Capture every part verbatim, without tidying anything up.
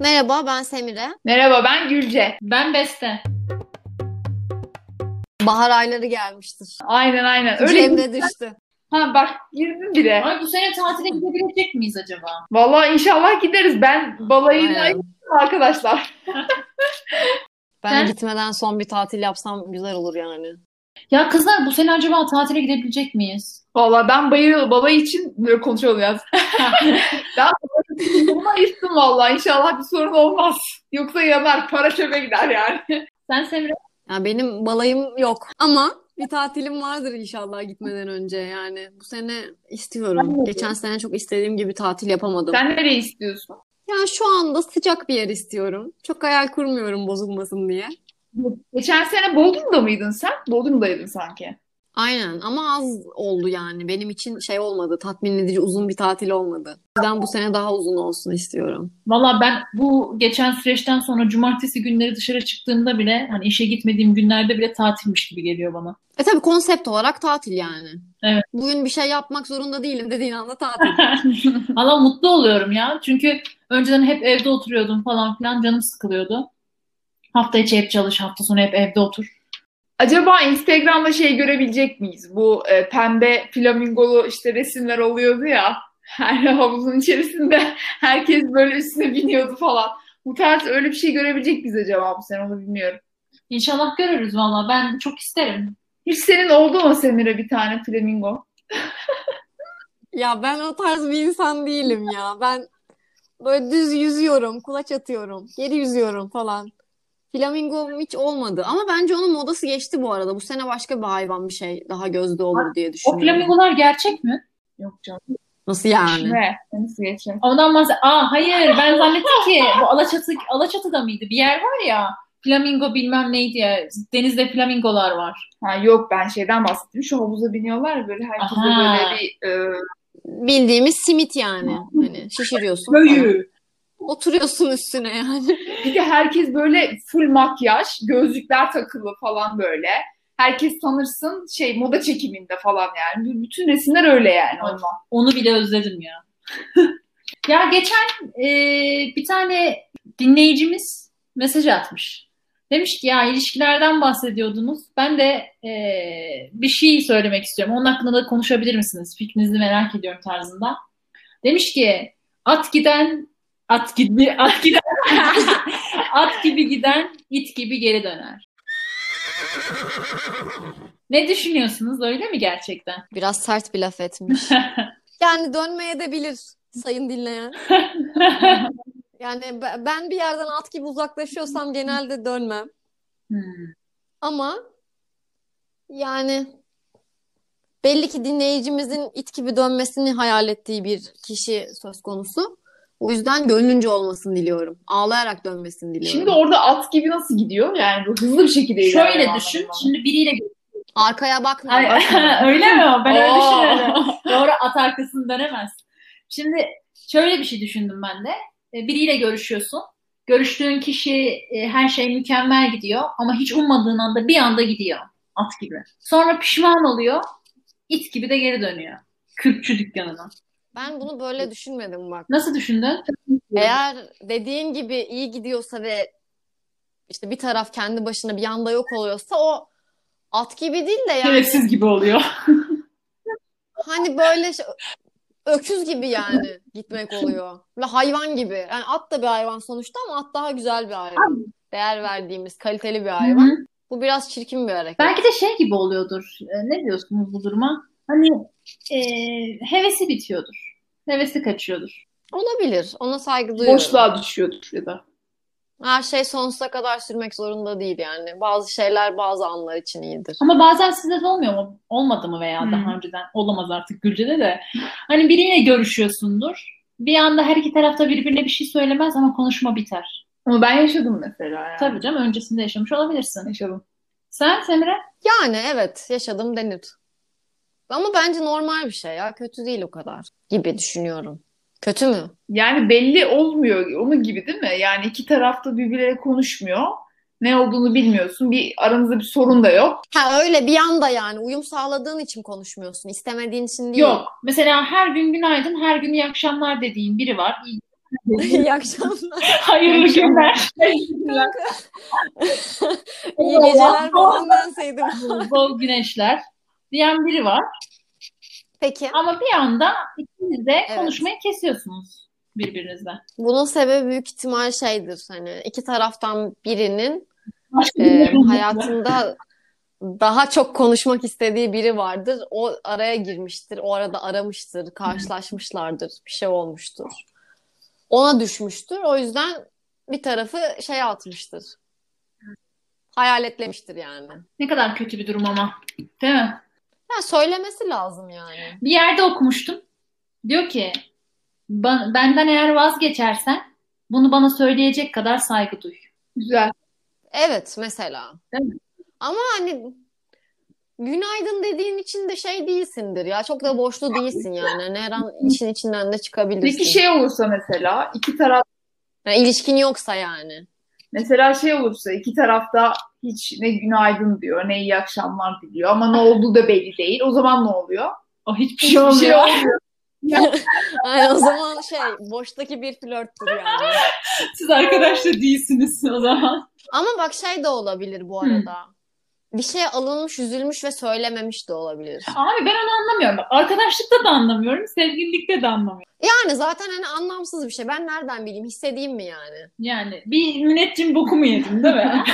Merhaba, ben Semire. Merhaba, ben Gülce. Ben Beste. Bahar ayları gelmiştir. Aynen aynen. Öyle Cemre düştü. ha bak girdin bile. Ay bu sene tatile gidebilecek miyiz acaba? Vallahi inşallah gideriz. Ben balayına Aynen. gittim arkadaşlar. Ben Sen? gitmeden son bir tatil yapsam güzel olur yani. Ya kızlar bu sene acaba tatile gidebilecek miyiz? Vallahi ben bayıl balayı için böyle konuşalım yaz. Ben balayı için bunu ayırttım vallahi. İnşallah bir sorun olmaz. Yoksa yanar, para çöpe gider yani. Sen Semre? Ya benim balayım yok ama bir tatilim vardır inşallah gitmeden önce yani. Bu sene istiyorum. Geçen sene çok istediğim gibi tatil yapamadım. Sen nereye istiyorsun? Yani şu anda sıcak bir yer istiyorum. Çok hayal kurmuyorum bozulmasın diye. Geçen sene Bodrum'da mıydın sen? Bodrum'daydın sanki. Aynen ama az oldu yani. Benim için şey olmadı. Tatmin edici uzun bir tatil olmadı. O yüzden bu sene daha uzun olsun istiyorum. Valla ben bu geçen süreçten sonra cumartesi günleri dışarı çıktığımda bile hani işe gitmediğim günlerde bile tatilmiş gibi geliyor bana. E tabii konsept olarak tatil yani. Evet. Bugün bir şey yapmak zorunda değilim dediğin anda tatil. Valla mutlu oluyorum ya. Çünkü önceden hep evde oturuyordum falan filan canım sıkılıyordu. Hafta içi hep çalış, hafta sonu hep evde otur. Acaba Instagram'da şey görebilecek miyiz? Bu e, pembe flamingolu işte resimler oluyordu ya. Her havuzun içerisinde herkes böyle üstüne biniyordu falan. Bu tarz öyle bir şey görebilecek miyiz acaba bu sene onu bilmiyorum. İnşallah görürüz valla. Ben çok isterim. Hiç senin oldu mu Semire bir tane flamingo? Ya ben o tarz bir insan değilim ya. Ben böyle düz yüzüyorum, kulaç atıyorum, geri yüzüyorum falan. Flamingo hiç olmadı. Ama bence onun modası geçti bu arada. Bu sene başka bir hayvan bir şey daha gözde olur diye O düşünüyorum. flamingolar gerçek mi? Yok canım. Nasıl yani? Ne? Nasıl geçeceğim? Ondan bahsediyor. Aa hayır ben zannettim ki bu Alaçatı, Alaçatı'da mıydı? Bir yer var ya flamingo bilmem neydi ya. Denizde flamingolar var. Ha, yok ben şeyden bahsettim. Şu havuza biniyorlar ya böyle herkese Aha. böyle bir e, Bildiğimiz simit yani. Hani şişiriyorsun falan. böyü. Oturuyorsun üstüne yani. Bir de herkes böyle full makyaj, gözlükler takılı falan böyle. Herkes tanırsın şey moda çekiminde falan yani. B- Bütün resimler öyle yani Ay. ondan. Onu bile özledim ya. Ya geçen e, bir tane dinleyicimiz mesaj atmış. Demiş ki ya ilişkilerden bahsediyordunuz. Ben de e, bir şey söylemek istiyorum. Onun hakkında da konuşabilir misiniz? Fikrinizi merak ediyorum tarzında. Demiş ki at giden at gibi at giden at gibi giden it gibi geri döner. Ne düşünüyorsunuz? Öyle mi gerçekten? Biraz sert bir laf etmiş. Yani dönmeye de bilir sayın dinleyen. Yani be- ben bir yerden at gibi uzaklaşıyorsam genelde dönmem. Hmm. Ama yani belli ki dinleyicimizin it gibi dönmesini hayal ettiği bir kişi söz konusu. O yüzden gönlünce olmasını diliyorum. Ağlayarak dönmesini diliyorum. Şimdi orada at gibi nasıl gidiyor? Yani bu hızlı bir şekilde ilerliyor Şöyle anlamında düşün. mı? Şimdi biriyle Arkaya bakma. Ay, öyle mi? Ben öyle Oo. düşünüyorum. Doğru at arkasını dönemez. Şimdi şöyle bir şey düşündüm ben de. E, Biriyle görüşüyorsun. Görüştüğün kişi e, her şey mükemmel gidiyor ama hiç ummadığın anda bir anda gidiyor. At gibi. Sonra pişman oluyor. İt gibi de geri dönüyor. Kürkçü dükkanına. Ben bunu böyle düşünmedim bak. Nasıl düşündün? Eğer dediğin gibi iyi gidiyorsa ve işte bir taraf kendi başına bir anda yok oluyorsa o at gibi değil de yani Şerefsiz gibi oluyor. hani böyle şey- öküz gibi yani gitmek oluyor. Ve hayvan gibi. Yani at da bir hayvan sonuçta ama at daha güzel bir hayvan. Değer verdiğimiz kaliteli bir Hı hayvan. hı. Bu biraz çirkin bir hareket. Belki de şey gibi oluyordur. E, ne diyorsunuz bu duruma? Hani e, hevesi bitiyordur. Hevesi kaçıyordur. Olabilir. Ona saygı duyuyorum. Boşluğa düşüyordur ya da. Her şey sonsuza kadar sürmek zorunda değil yani. Bazı şeyler bazı anlar için iyidir. Ama bazen sizde de olmuyor mu? Olmadı mı veya Hmm. daha önceden? Olamaz artık Gülce'de de. Hani biriyle görüşüyorsundur. Bir anda her iki tarafta birbirine bir şey söylemez ama konuşma biter. Ama ben yaşadım mesela yani. Tabii canım öncesinde yaşamış olabilirsin. Yaşadım. Sen Semire? Yani evet yaşadım denir. Ama bence normal bir şey ya. Kötü değil o kadar gibi düşünüyorum. Kötü mü? Yani belli olmuyor onun gibi değil mi? Yani iki tarafta birbirleriyle konuşmuyor. Ne olduğunu bilmiyorsun. Bir aranızda bir sorun da yok. Ha öyle bir anda yani uyum sağladığın için konuşmuyorsun. İstemediğin için değil. Yok. Mesela her gün günaydın, her gün iyi akşamlar dediğin biri var. İyi İyi akşamlar. Hayırlı günler. Kanka. İyi geceler falan denseydim. Bol güneşler diyen biri var. Peki. Ama bir anda ikiniz de Evet. konuşmayı kesiyorsunuz birbirinizle. Bunun sebebi büyük ihtimal şeydir. Hani iki taraftan birinin Başka e, bir şey hayatında daha çok konuşmak istediği biri vardır. O araya girmiştir. O arada aramıştır. Karşılaşmışlardır. Bir şey olmuştur. Ona düşmüştür. O yüzden bir tarafı şey atmıştır. Hayaletlemiştir yani. Ne kadar kötü bir durum ama. Değil mi? Ya söylemesi lazım yani. Bir yerde okumuştum. Diyor ki "Ba- benden eğer vazgeçersen bunu bana söyleyecek kadar saygı duy." Güzel. Evet mesela. Değil mi? Ama hani günaydın dediğin için de şey değilsindir ya. Çok da boşlu değilsin yani. Hani her an işin içinden de çıkabilirsin. Peki şey olursa mesela iki taraf Yani ilişkin yoksa yani. mesela şey olursa iki tarafta hiç ne günaydın diyor ne iyi akşamlar diliyor ama ne olduğu da belli değil. O zaman ne oluyor? O hiçbir şey Hiçbir olmuyor. şey olmuyor. Yani o zaman şey boştaki bir flörttür yani. Siz arkadaş da değilsiniz o zaman. Ama bak şey de olabilir bu arada. Bir şeye alınmış, üzülmüş ve söylememiş de olabilir. Abi ben onu anlamıyorum. Bak, arkadaşlıkta da anlamıyorum, sevgililikte de anlamıyorum. Yani zaten hani anlamsız bir şey. Ben nereden bileyim? Hissedeyim mi yani? Yani bir müneccim boku mu yedin değil mi?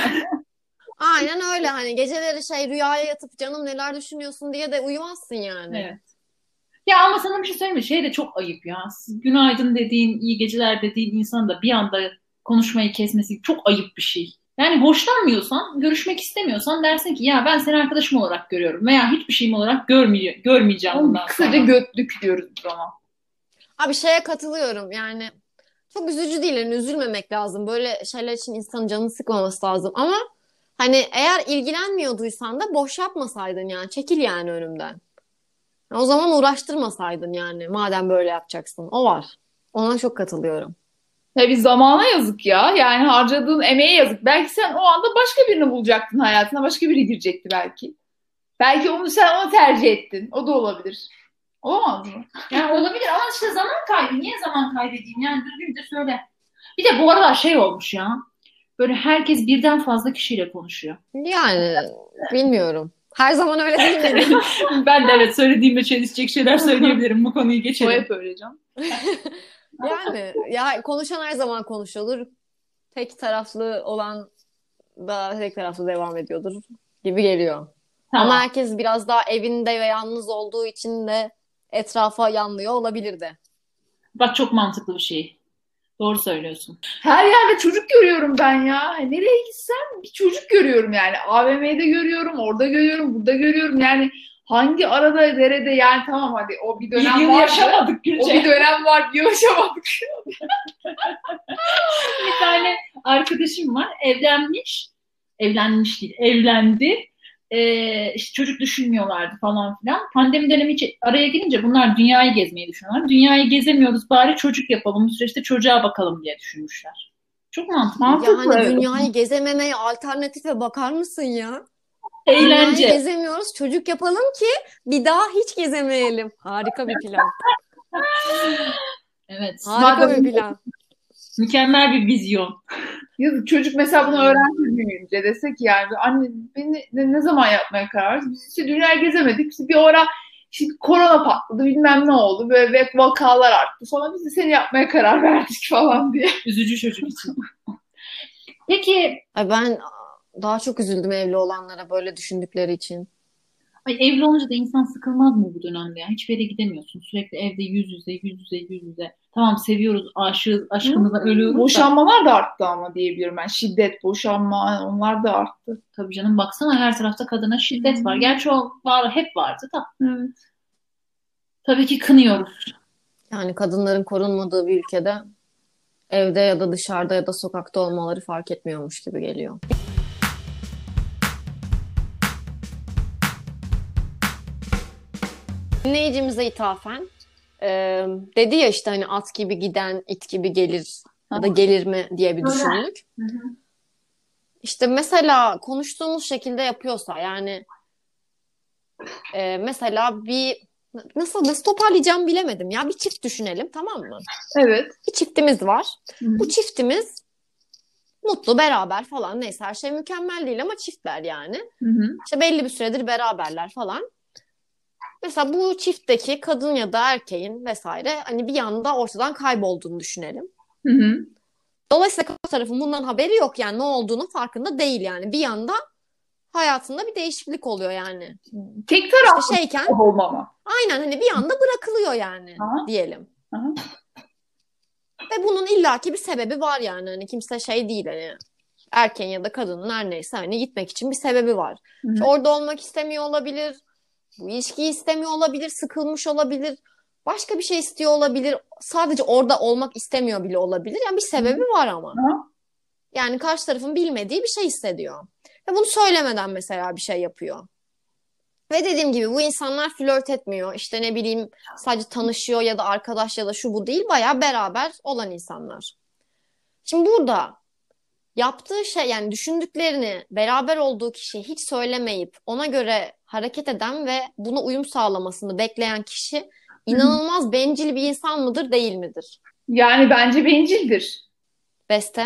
Aynen öyle hani geceleri şey rüyaya yatıp canım neler düşünüyorsun diye de uyumazsın yani. Evet. Ya ama sana bir şey söyleyeyim mi? Şey de çok ayıp ya. Günaydın dediğin, iyi geceler dediğin insanın da bir anda konuşmayı kesmesi çok ayıp bir şey. Yani hoşlanmıyorsan, görüşmek istemiyorsan dersin ki ya ben seni arkadaşım olarak görüyorum veya hiçbir şeyim olarak görmeye, görmeyeceğim Ama bundan kısaca sonra. götlük diyoruz bu zaman. Abi şeye katılıyorum yani çok üzücü değil yani üzülmemek lazım. Böyle şeyler için insanın canını sıkmaması lazım ama hani eğer ilgilenmiyorduysan da boş yapmasaydın yani çekil yani önümden. O zaman uğraştırmasaydın yani madem böyle yapacaksın. O var. Ona çok katılıyorum. Tabii zamana yazık ya. Yani harcadığın emeğe yazık. Belki sen o anda başka birini bulacaktın hayatına. Başka biri girecekti belki. Belki onu sen onu tercih ettin. O da olabilir. Olamaz mı? Yani olabilir ama işte zaman kaybı. Niye zaman kaybedeyim? Yani düzgünce söyle. Bir de bu aralar şey olmuş ya. Böyle herkes birden fazla kişiyle konuşuyor. Yani bilmiyorum. Her zaman öyle değil miydi? Ben de evet söylediğimde çelişecek şeyler söyleyebilirim. Bu konuyu O geçelim. hep öyle canım. Yani ya konuşan her zaman konuşuyordur. Tek taraflı olan da tek taraflı devam ediyordur gibi geliyor. Tamam. Ama herkes biraz daha evinde ve yalnız olduğu için de etrafa yanlıyor olabilir de. Bak çok mantıklı bir şey. Doğru söylüyorsun. Her yerde çocuk görüyorum ben ya. Nereye gitsem bir çocuk görüyorum yani. A V M'de görüyorum, orada görüyorum, burada görüyorum. Yani hangi arada derede yani tamam hadi o bir Bir dönem yıl vardı. yaşamadık O bir Gülce. dönem var, bir yaşamadık. Bir tane arkadaşım var. Evlenmiş. Evlenmiş değil. Evlendi. Ee, işte çocuk düşünmüyorlardı falan filan. Pandemi dönemi hiç araya girince bunlar dünyayı gezmeyi düşünüyorlar. Dünyayı gezemiyoruz bari çocuk yapalım. Bu süreçte çocuğa bakalım diye düşünmüşler. Çok mantıklı. Mantıklı. Yani evet. dünyayı gezememeye alternatife bakar mısın ya? Eğlence. Dünyayı gezemiyoruz, çocuk yapalım ki bir daha hiç gezemeyelim. Harika bir plan. Evet. Harika Madem- bir plan. Mükemmel bir vizyon. Yazık çocuk mesela bunu öğrense büyüyünce desek ki yani anne beni ne, ne zaman yapmaya karar verdin? Biz işte dünyayı gezemedik. İşte bir ara işte korona patladı bilmem ne oldu. Böyle ve vakalar arttı. Sonra biz de seni yapmaya karar verdik falan diye. Üzücü çocuk için. Peki Ay ben daha çok üzüldüm evli olanlara böyle düşündükleri için. ay, evli olunca da insan sıkılmaz mı bu dönemde ya? Hiçbir yere gidemiyorsun. Sürekli evde yüz yüze, yüz yüze, yüz yüze. Tamam seviyoruz, aşığız, aşkımıza ölüyoruz da. Boşanmalar da arttı ama diyebilirim ben. Şiddet, boşanma onlar da arttı. Tabii canım baksana her tarafta kadına şiddet var. Gerçi o var, hep vardı da. Evet. Tabii ki kınıyoruz. Yani kadınların korunmadığı bir ülkede evde ya da dışarıda ya da sokakta olmaları fark etmiyormuş gibi geliyor. Dinleyicimize ithafen e, dedi ya işte hani at gibi giden it gibi gelir ya da gelir mi diye bir düşündük. Hı hı. İşte mesela konuştuğumuz şekilde yapıyorsa yani e, mesela bir nasıl nasıl toparlayacağımı bilemedim ya. Bir çift düşünelim, tamam mı? Evet. Bir çiftimiz var. Hı-hı. Bu çiftimiz mutlu, beraber falan, neyse her şey mükemmel değil ama çiftler yani. Hı-hı. İşte belli bir süredir beraberler falan. Mesela bu çiftteki kadın ya da erkeğin vesaire hani bir anda ortadan kaybolduğunu düşünelim. Hı-hı. Dolayısıyla karşı tarafın bundan haberi yok, yani ne olduğunun farkında değil yani. Bir anda hayatında bir değişiklik oluyor yani. Tek taraflı İşte şeyken olmama. aynen hani bir anda bırakılıyor yani Aha. diyelim. Aha. Ve bunun illaki bir sebebi var yani. Hani kimse şey değil, hani erkeğin ya da kadının her neyse hani gitmek için bir sebebi var. İşte orada olmak istemiyor olabilir. Bu ilişkiyi istemiyor olabilir. Sıkılmış olabilir. Başka bir şey istiyor olabilir. Sadece orada olmak istemiyor bile olabilir. Yani bir sebebi var ama. Aha. Yani karşı tarafın bilmediği bir şey hissediyor. Ve bunu söylemeden mesela bir şey yapıyor. Ve dediğim gibi bu insanlar flört etmiyor. İşte ne bileyim sadece tanışıyor ya da arkadaş ya da şu bu değil. Bayağı beraber olan insanlar. Şimdi burada yaptığı şey, yani düşündüklerini beraber olduğu kişiye hiç söylemeyip ona göre hareket eden ve buna uyum sağlamasını bekleyen kişi inanılmaz bencil bir insan mıdır, değil midir? Yani bence bencildir. Beste?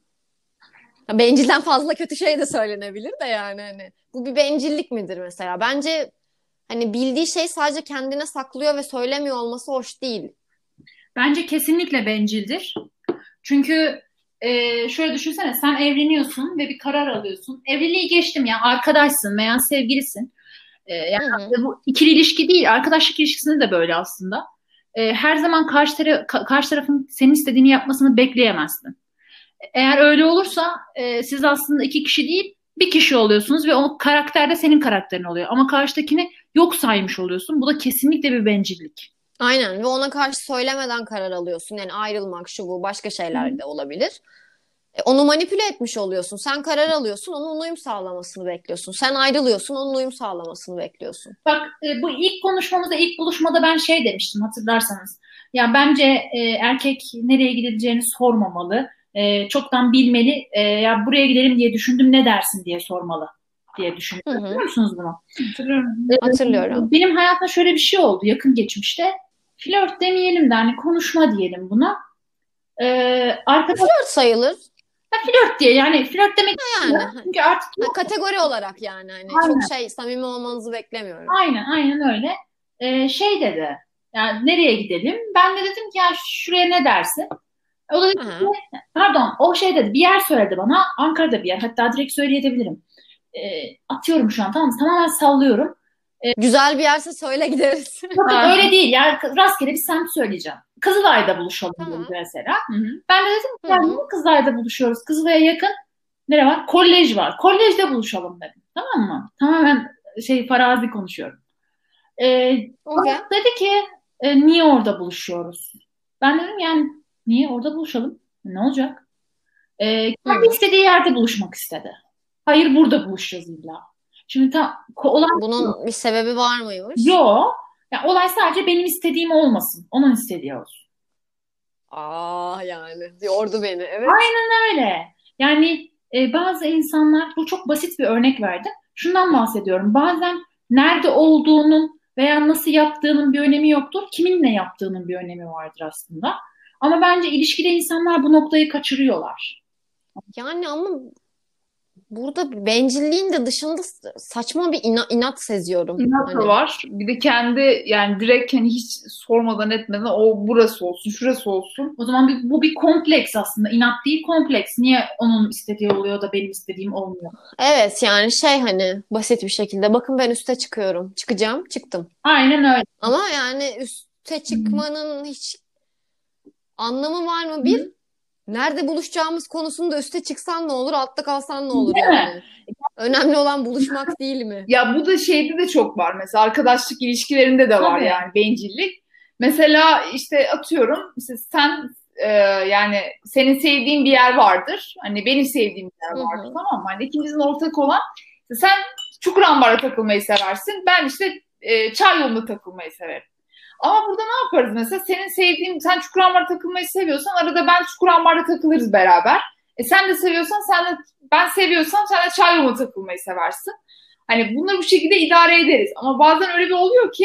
Ya bencilden fazla kötü şey de söylenebilir de yani hani. Bu bir bencillik midir mesela? Bence hani bildiği şey sadece kendine saklıyor ve söylemiyor olması hoş değil. Bence kesinlikle bencildir. Çünkü e, şöyle düşünsene, sen evleniyorsun ve bir karar alıyorsun. Evliliği geçtim ya, arkadaşsın veya sevgilisin. E, yani Hı hı. bu ikili ilişki değil, arkadaşlık ilişkisinde de böyle aslında. E, her zaman karşı, tara- ka- karşı tarafın senin istediğini yapmasını bekleyemezsin. Eğer öyle olursa e, siz aslında iki kişi değil bir kişi oluyorsunuz ve o karakter de senin karakterin oluyor. Ama karşıdakini yok saymış oluyorsun. Bu da kesinlikle bir bencillik. Aynen, ve ona karşı söylemeden karar alıyorsun. Yani ayrılmak, şu bu, başka şeyler de olabilir. E, onu manipüle etmiş oluyorsun. Sen karar alıyorsun, onun uyum sağlamasını bekliyorsun. Sen ayrılıyorsun, onun uyum sağlamasını bekliyorsun. Bak e, bu ilk konuşmamızda, ilk buluşmada ben şey demiştim, hatırlarsanız. Ya bence e, erkek nereye gideceğini sormamalı. E, çoktan bilmeli. E, ya buraya gidelim diye düşündüm, ne dersin diye sormalı diye düşündüm. Hı hı. Hatırlıyor musunuz bunu? Hatırlıyorum. Hatırlıyorum. Benim hayatımda şöyle bir şey oldu yakın geçmişte. Flört demeyelim de hani konuşma diyelim buna. Ee, arkadaş Flört sayılır. flört diye, yani flört demek Yani istiyorum. Çünkü artık ha, kategori olarak yani hani Aynen. çok şey samimi olmanızı beklemiyorum. aynen aynen öyle. Ee, şey dedi. Yani nereye gidelim? Ben de dedim ki ya şuraya ne dersin? O da dedi Aha. ki, pardon, o şey dedi, bir yer söyledi bana. Ankara'da bir yer. Hatta direkt söyleyebilirim. Ee, atıyorum şu an, tamam mı? Tamamen sallıyorum. Güzel bir yerse söyle gideriz. Yok yok, öyle değil. Yani rastgele bir semt söyleyeceğim. Kızılay'da buluşalım Tamam. dedi mesela. Hı hı. Ben de dedim ki Hı ya hı. niye Kızılay'da buluşuyoruz? Kızılay'a yakın nere var? Kolej var. Kolejde buluşalım dedim. Tamam mı? Tamamen şey farazi konuşuyorum. Ee, Okey. dedi ki e, niye orada buluşuyoruz? Ben dedim yani niye orada buluşalım? Ne olacak? Ee, kendi Hı. istediği yerde buluşmak istedi. Hayır, burada buluşacağız illa. Şimdi tam olay Bunun bir sebebi var mıymış? yo. Ya olay sadece benim istediğim olmasın. Onun istediği olsun. Aa yani yordu beni. Evet. Öyle. Yani e, bazı insanlar, bu çok basit bir örnek verdim. Şundan bahsediyorum. Bazen nerede olduğunun veya nasıl yaptığının bir önemi yoktur. Kiminle yaptığının bir önemi vardır aslında. Ama bence ilişkide insanlar bu noktayı kaçırıyorlar. Yani ama burada bencilliğin de dışında saçma bir ina- inat seziyorum. İnat da Hani. var. Bir de kendi yani direkt hani hiç sormadan etmeden o burası olsun, şurası olsun. O zaman bir, bu bir kompleks aslında. İnat değil, kompleks. Niye onun istediği oluyor da benim istediğim olmuyor? Evet yani şey hani basit bir şekilde bakın ben üste çıkıyorum. Çıkacağım. Çıktım. Aynen öyle. Ama yani üste çıkmanın hiç anlamı var mı? Bir, nerede buluşacağımız konusunda üste çıksan ne olur, altta kalsan ne olur Değil mi? yani. Önemli olan buluşmak değil mi? Ya bu da şeyde de çok var mesela arkadaşlık ilişkilerinde de var Tabii. yani bencillik. Mesela işte atıyorum işte sen e, yani senin sevdiğin bir yer vardır. Hani benim sevdiğim bir yer Hı hı. vardır, tamam mı? Hani ikimizin ortak olan işte sen Çukurambar'da takılmayı seversin. Ben işte e, Çayyolu'nda takılmayı severim. Ama burada ne yaparız mesela? Senin sevdiğin, sen Çukurambar'da takılmayı seviyorsan arada ben Çukurambar'da takılırız beraber. E sen de seviyorsan, sen de ben seviyorsam sen de Çayyolu'na takılmayı seversin. Hani bunları bu şekilde idare ederiz. Ama bazen öyle bir oluyor ki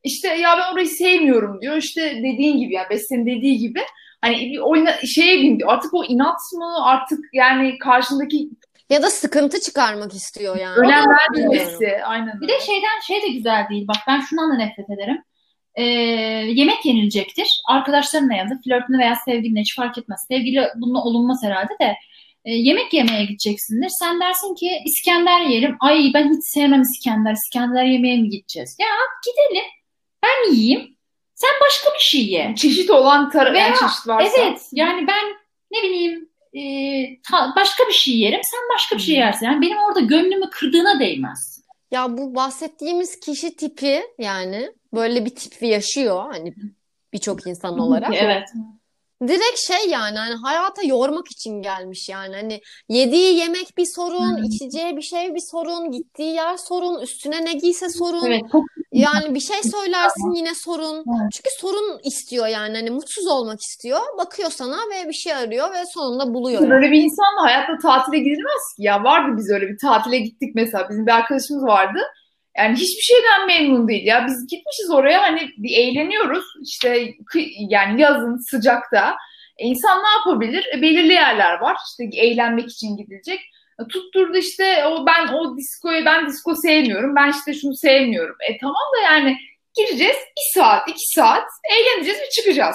İşte ya ben orayı sevmiyorum diyor. İşte dediğin gibi ya Beslen'in dediği gibi hani bir oyuna şeye bindi. Artık o inat mı artık yani karşındaki Ya da sıkıntı çıkarmak istiyor yani. önem Bilmiyorum. vermemesi. Aynen Bir de öyle. şeyden şey de güzel değil. Bak ben şundan da nefret ederim. Ee, yemek yenilecektir. Arkadaşlarınla ya da flörtünle veya sevgilinle hiç fark etmez. Sevgili bununla olunmaz herhalde de. Ee, yemek yemeye gideceksindir. Sen dersin ki İskender yiyelim. Ay ben hiç sevmem İskender. İskender yemeye mi gideceğiz? Ya gidelim. Ben yiyeyim. Sen başka bir şey ye. Çeşit olan tarafı Veya yani çeşit varsa. evet yani ben ne bileyim e, ta- başka bir şey yerim. Sen başka bir şey yersin. Yani benim orada gönlümü kırdığına değmez. Ya bu bahsettiğimiz kişi tipi yani böyle bir tipi yaşıyor hani birçok insan olarak. Evet. Direkt şey yani hani hayata yormak için gelmiş yani hani yediği yemek bir sorun, Hmm. içeceği bir şey bir sorun, gittiği yer sorun, üstüne ne giyse sorun. Evet. Çok Yani bir şey söylersin yine sorun. Evet. Çünkü sorun istiyor yani hani mutsuz olmak istiyor. Bakıyor sana ve bir şey arıyor ve sonunda buluyor yani. Böyle bir insanla hayatta tatile gidilmez ki. Ya vardı biz öyle bir tatile gittik mesela. Bizim bir arkadaşımız vardı. Yani hiçbir şeyden memnun değil ya. Biz gitmişiz oraya hani bir eğleniyoruz. İşte kı- yani yazın sıcakta. E insan ne yapabilir? E, belirli yerler var. İşte eğlenmek için gidilecek. E, tutturdu işte o ben o diskoyu ben disko sevmiyorum. Ben işte şunu sevmiyorum. E tamam da yani gireceğiz bir saat iki saat eğleneceğiz ve çıkacağız.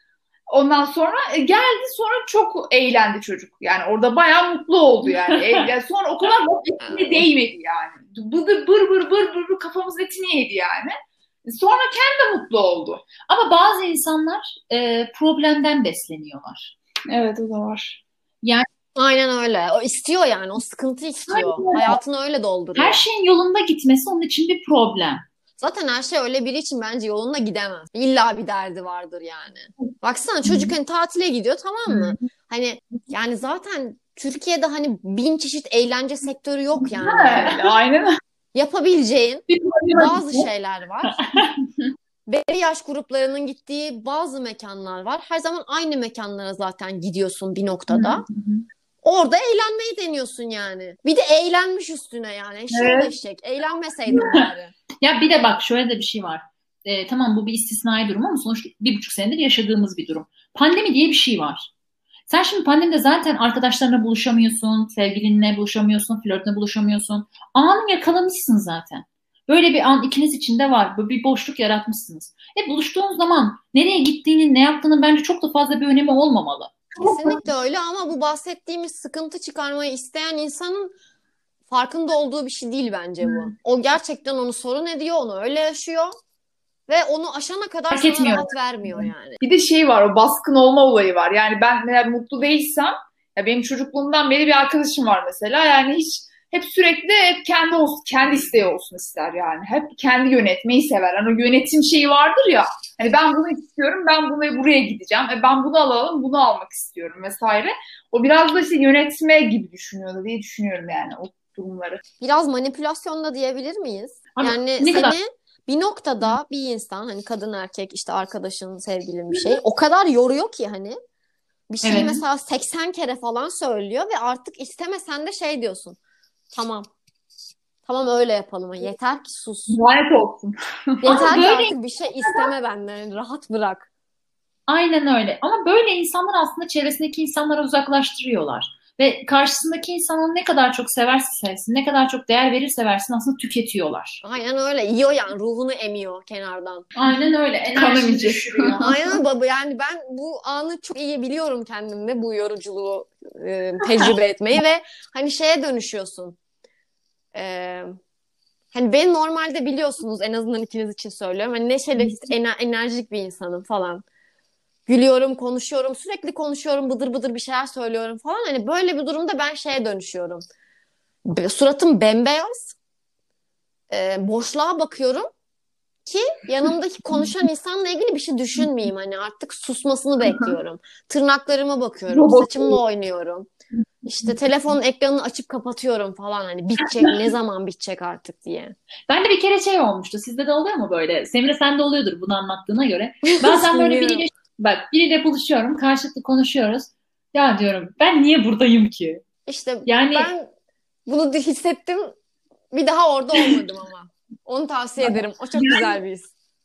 Ondan sonra e, geldi sonra çok eğlendi çocuk. Yani orada bayağı mutlu oldu yani. E, yani sonra o kadar vakitine değmedi yani. Bır bır bır bır bır bır kafamız etini yedi yani. E, Sonra kendi de mutlu oldu. Ama bazı insanlar e, problemden besleniyorlar. Evet o da var. Aynen öyle. O istiyor yani. O sıkıntı istiyor. Aynen öyle. Hayatını öyle dolduruyor. Her şeyin yolunda gitmesi onun için bir problem. Zaten her şey öyle biri için bence yoluna gidemez. İlla bir derdi vardır yani. Baksana çocuk hani tatile gidiyor tamam mı? Hani yani zaten Türkiye'de hani bin çeşit eğlence sektörü yok yani. Evet, aynen. Yapabileceğin Bir problem bazı şeyler var. Belli yaş gruplarının gittiği bazı mekanlar var. Her zaman aynı mekanlara zaten gidiyorsun bir noktada. Orada eğlenmeyi deniyorsun yani. Bir de eğlenmiş üstüne yani. Eşek Evet. eşek. Eğlenmeseydin bari. Ya bir de bak şöyle de bir şey var. Ee, tamam bu bir istisnai durum ama sonuçta bir buçuk senedir yaşadığımız bir durum. Pandemi diye bir şey var. Sen şimdi pandemide zaten arkadaşlarına buluşamıyorsun, sevgilinle buluşamıyorsun, flörtüne buluşamıyorsun. Anı yakalamışsın zaten. Böyle bir an ikiniz için de var. Böyle bir boşluk yaratmışsınız. E buluştuğun zaman nereye gittiğinin, ne yaptığının bence çok da fazla bir önemi olmamalı. Kesinlikle öyle ama bu bahsettiğimiz sıkıntı çıkarmayı isteyen insanın farkında olduğu bir şey değil bence bu. O gerçekten onu sorun ediyor, onu öyle yaşıyor ve onu aşana kadar Fark sana etmiyor. rahat vermiyor yani. Bir de şey var o baskın olma olayı var. Yani ben eğer mutlu değilsem ya benim çocukluğumdan beri bir arkadaşım var mesela. Yani hiç hep sürekli hep kendi olsun, kendi isteği olsun ister yani. Hep kendi yönetmeyi sever. Hani o yönetim şeyi vardır ya. Hani ben bunu istiyorum, ben bunu buraya gideceğim. E ben bunu alalım, bunu almak istiyorum vesaire. O biraz da işte yönetme gibi düşünüyordu diye düşünüyorum yani o durumları. Biraz manipülasyon da diyebilir miyiz? Ama Yani ne seni kadar- bir noktada bir insan hani kadın erkek işte arkadaşın sevgilin bir şey o kadar yoruyor ki hani bir şeyi Evet. mesela seksen kere falan söylüyor ve artık istemesen de şey diyorsun. Tamam. Tamam öyle yapalım. Yeter ki sus. Lanet olsun. Yeter ki böyle- artık bir şey isteme benden. Rahat bırak. Aynen öyle. Ama böyle insanlar aslında çevresindeki insanlara uzaklaştırıyorlar. Ve karşısındaki insanı ne kadar çok severse sevsin, ne kadar çok değer verirse versin aslında tüketiyorlar. Aynen öyle. Yiyor yani. Ruhunu emiyor kenardan. Aynen öyle. Kanım Enerjini yiyecek. düşürüyor. Aynen baba. Yani ben bu anı çok iyi biliyorum kendimde. Bu yoruculuğu e, tecrübe etmeyi ve hani şeye dönüşüyorsun. E, hani ben normalde biliyorsunuz en azından ikiniz için söylüyorum. Hani neşeli, ener- enerjik bir insanım falan. Gülüyorum, konuşuyorum, sürekli konuşuyorum, bıdır bıdır bir şeyler söylüyorum falan. Hani böyle bir durumda ben şeye dönüşüyorum. Be- Suratım bembeyaz. Ee, boşluğa bakıyorum ki yanımdaki konuşan insanla ilgili bir şey düşünmeyeyim. Hani artık susmasını bekliyorum. Tırnaklarıma bakıyorum, Robot. saçımla oynuyorum. İşte telefonun ekranını açıp kapatıyorum falan. Hani bitecek, ne zaman bitecek artık diye. Ben de bir kere şey olmuştu. Sizde de oluyor mu böyle? Semire sende oluyordur bunu anlattığına göre. Bazen böyle Bilmiyorum. biriyle bak biriyle buluşuyorum, karşılıklı konuşuyoruz. Ya diyorum ben niye buradayım ki? İşte Yani ben bunu da hissettim. Bir daha orada olmadım ama. Onu tavsiye ederim. O çok güzel bir his.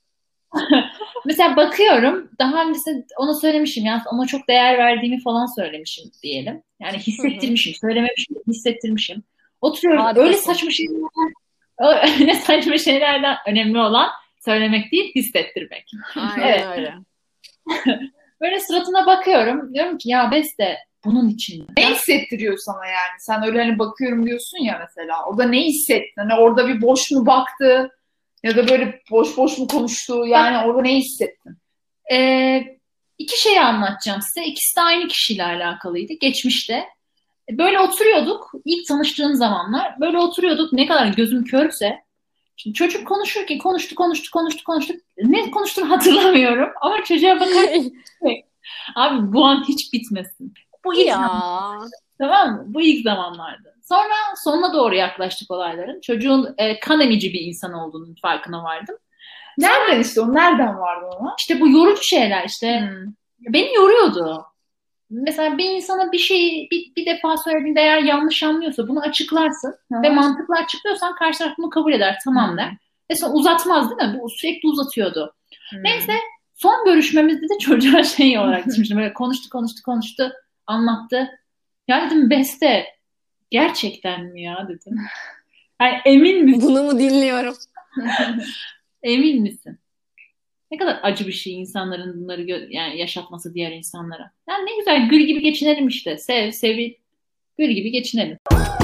Mesela bakıyorum, daha öncesinde ona söylemişim, yani ona çok değer verdiğimi falan söylemişim diyelim. Yani hissettirmişim, söylememişim, hissettirmişim. Oturuyoruz, öyle Harikasın. saçma şeyler, öyle saçma şeylerden önemli olan söylemek değil, hissettirmek. Aynen Evet, öyle. böyle suratına bakıyorum, diyorum ki ya Beste bunun için. Ne hissettiriyor sana yani? Sen öyle hani bakıyorum diyorsun ya mesela. Orada ne hissettin? Hani orada bir boş mu baktı? Ya da böyle boş boş mu konuştu? Yani orada ne hissettin? Ee, iki şeyi anlatacağım size. İkisi de aynı kişiyle alakalıydı geçmişte. Böyle oturuyorduk ilk tanıştığım zamanlar. Böyle oturuyorduk, ne kadar gözüm körse. Şimdi çocuk konuşur ki konuştu konuştu konuştu konuştu. Ne konuştuğunu hatırlamıyorum. Ama çocuğa bakar, abi bu an hiç bitmesin. Bu ilk Ya. Tamam mı? Bu ilk zamanlardı. Sonra sonuna doğru yaklaştık olayların. Çocuğun e, kan emici bir insan olduğunun farkına vardım. Nereden işte o? Nereden vardı ona? İşte bu yorucu şeyler işte Hmm. beni yoruyordu. Mesela bir insana bir şeyi bir, bir defa söylediğinde eğer yanlış anlıyorsa bunu açıklarsın Hı. ve mantıklı açıklıyorsan karşı taraf bunu kabul eder, tamam der. Ve sonra uzatmaz değil mi? Bu sürekli uzatıyordu. Hmm. Neyse son görüşmemizde de çocuğa şey olarak düşünmüştüm. Böyle konuştu konuştu konuştu anlattı. Ya dedim Beste gerçekten mi ya dedim. Yani emin misin? Bunu mu dinliyorum? Emin misin? Ne kadar acı bir şey insanların bunları gö- yani yaşatması diğer insanlara. Yani ne güzel gül gibi geçinelim işte. Sev, sevil, gül gibi geçinelim.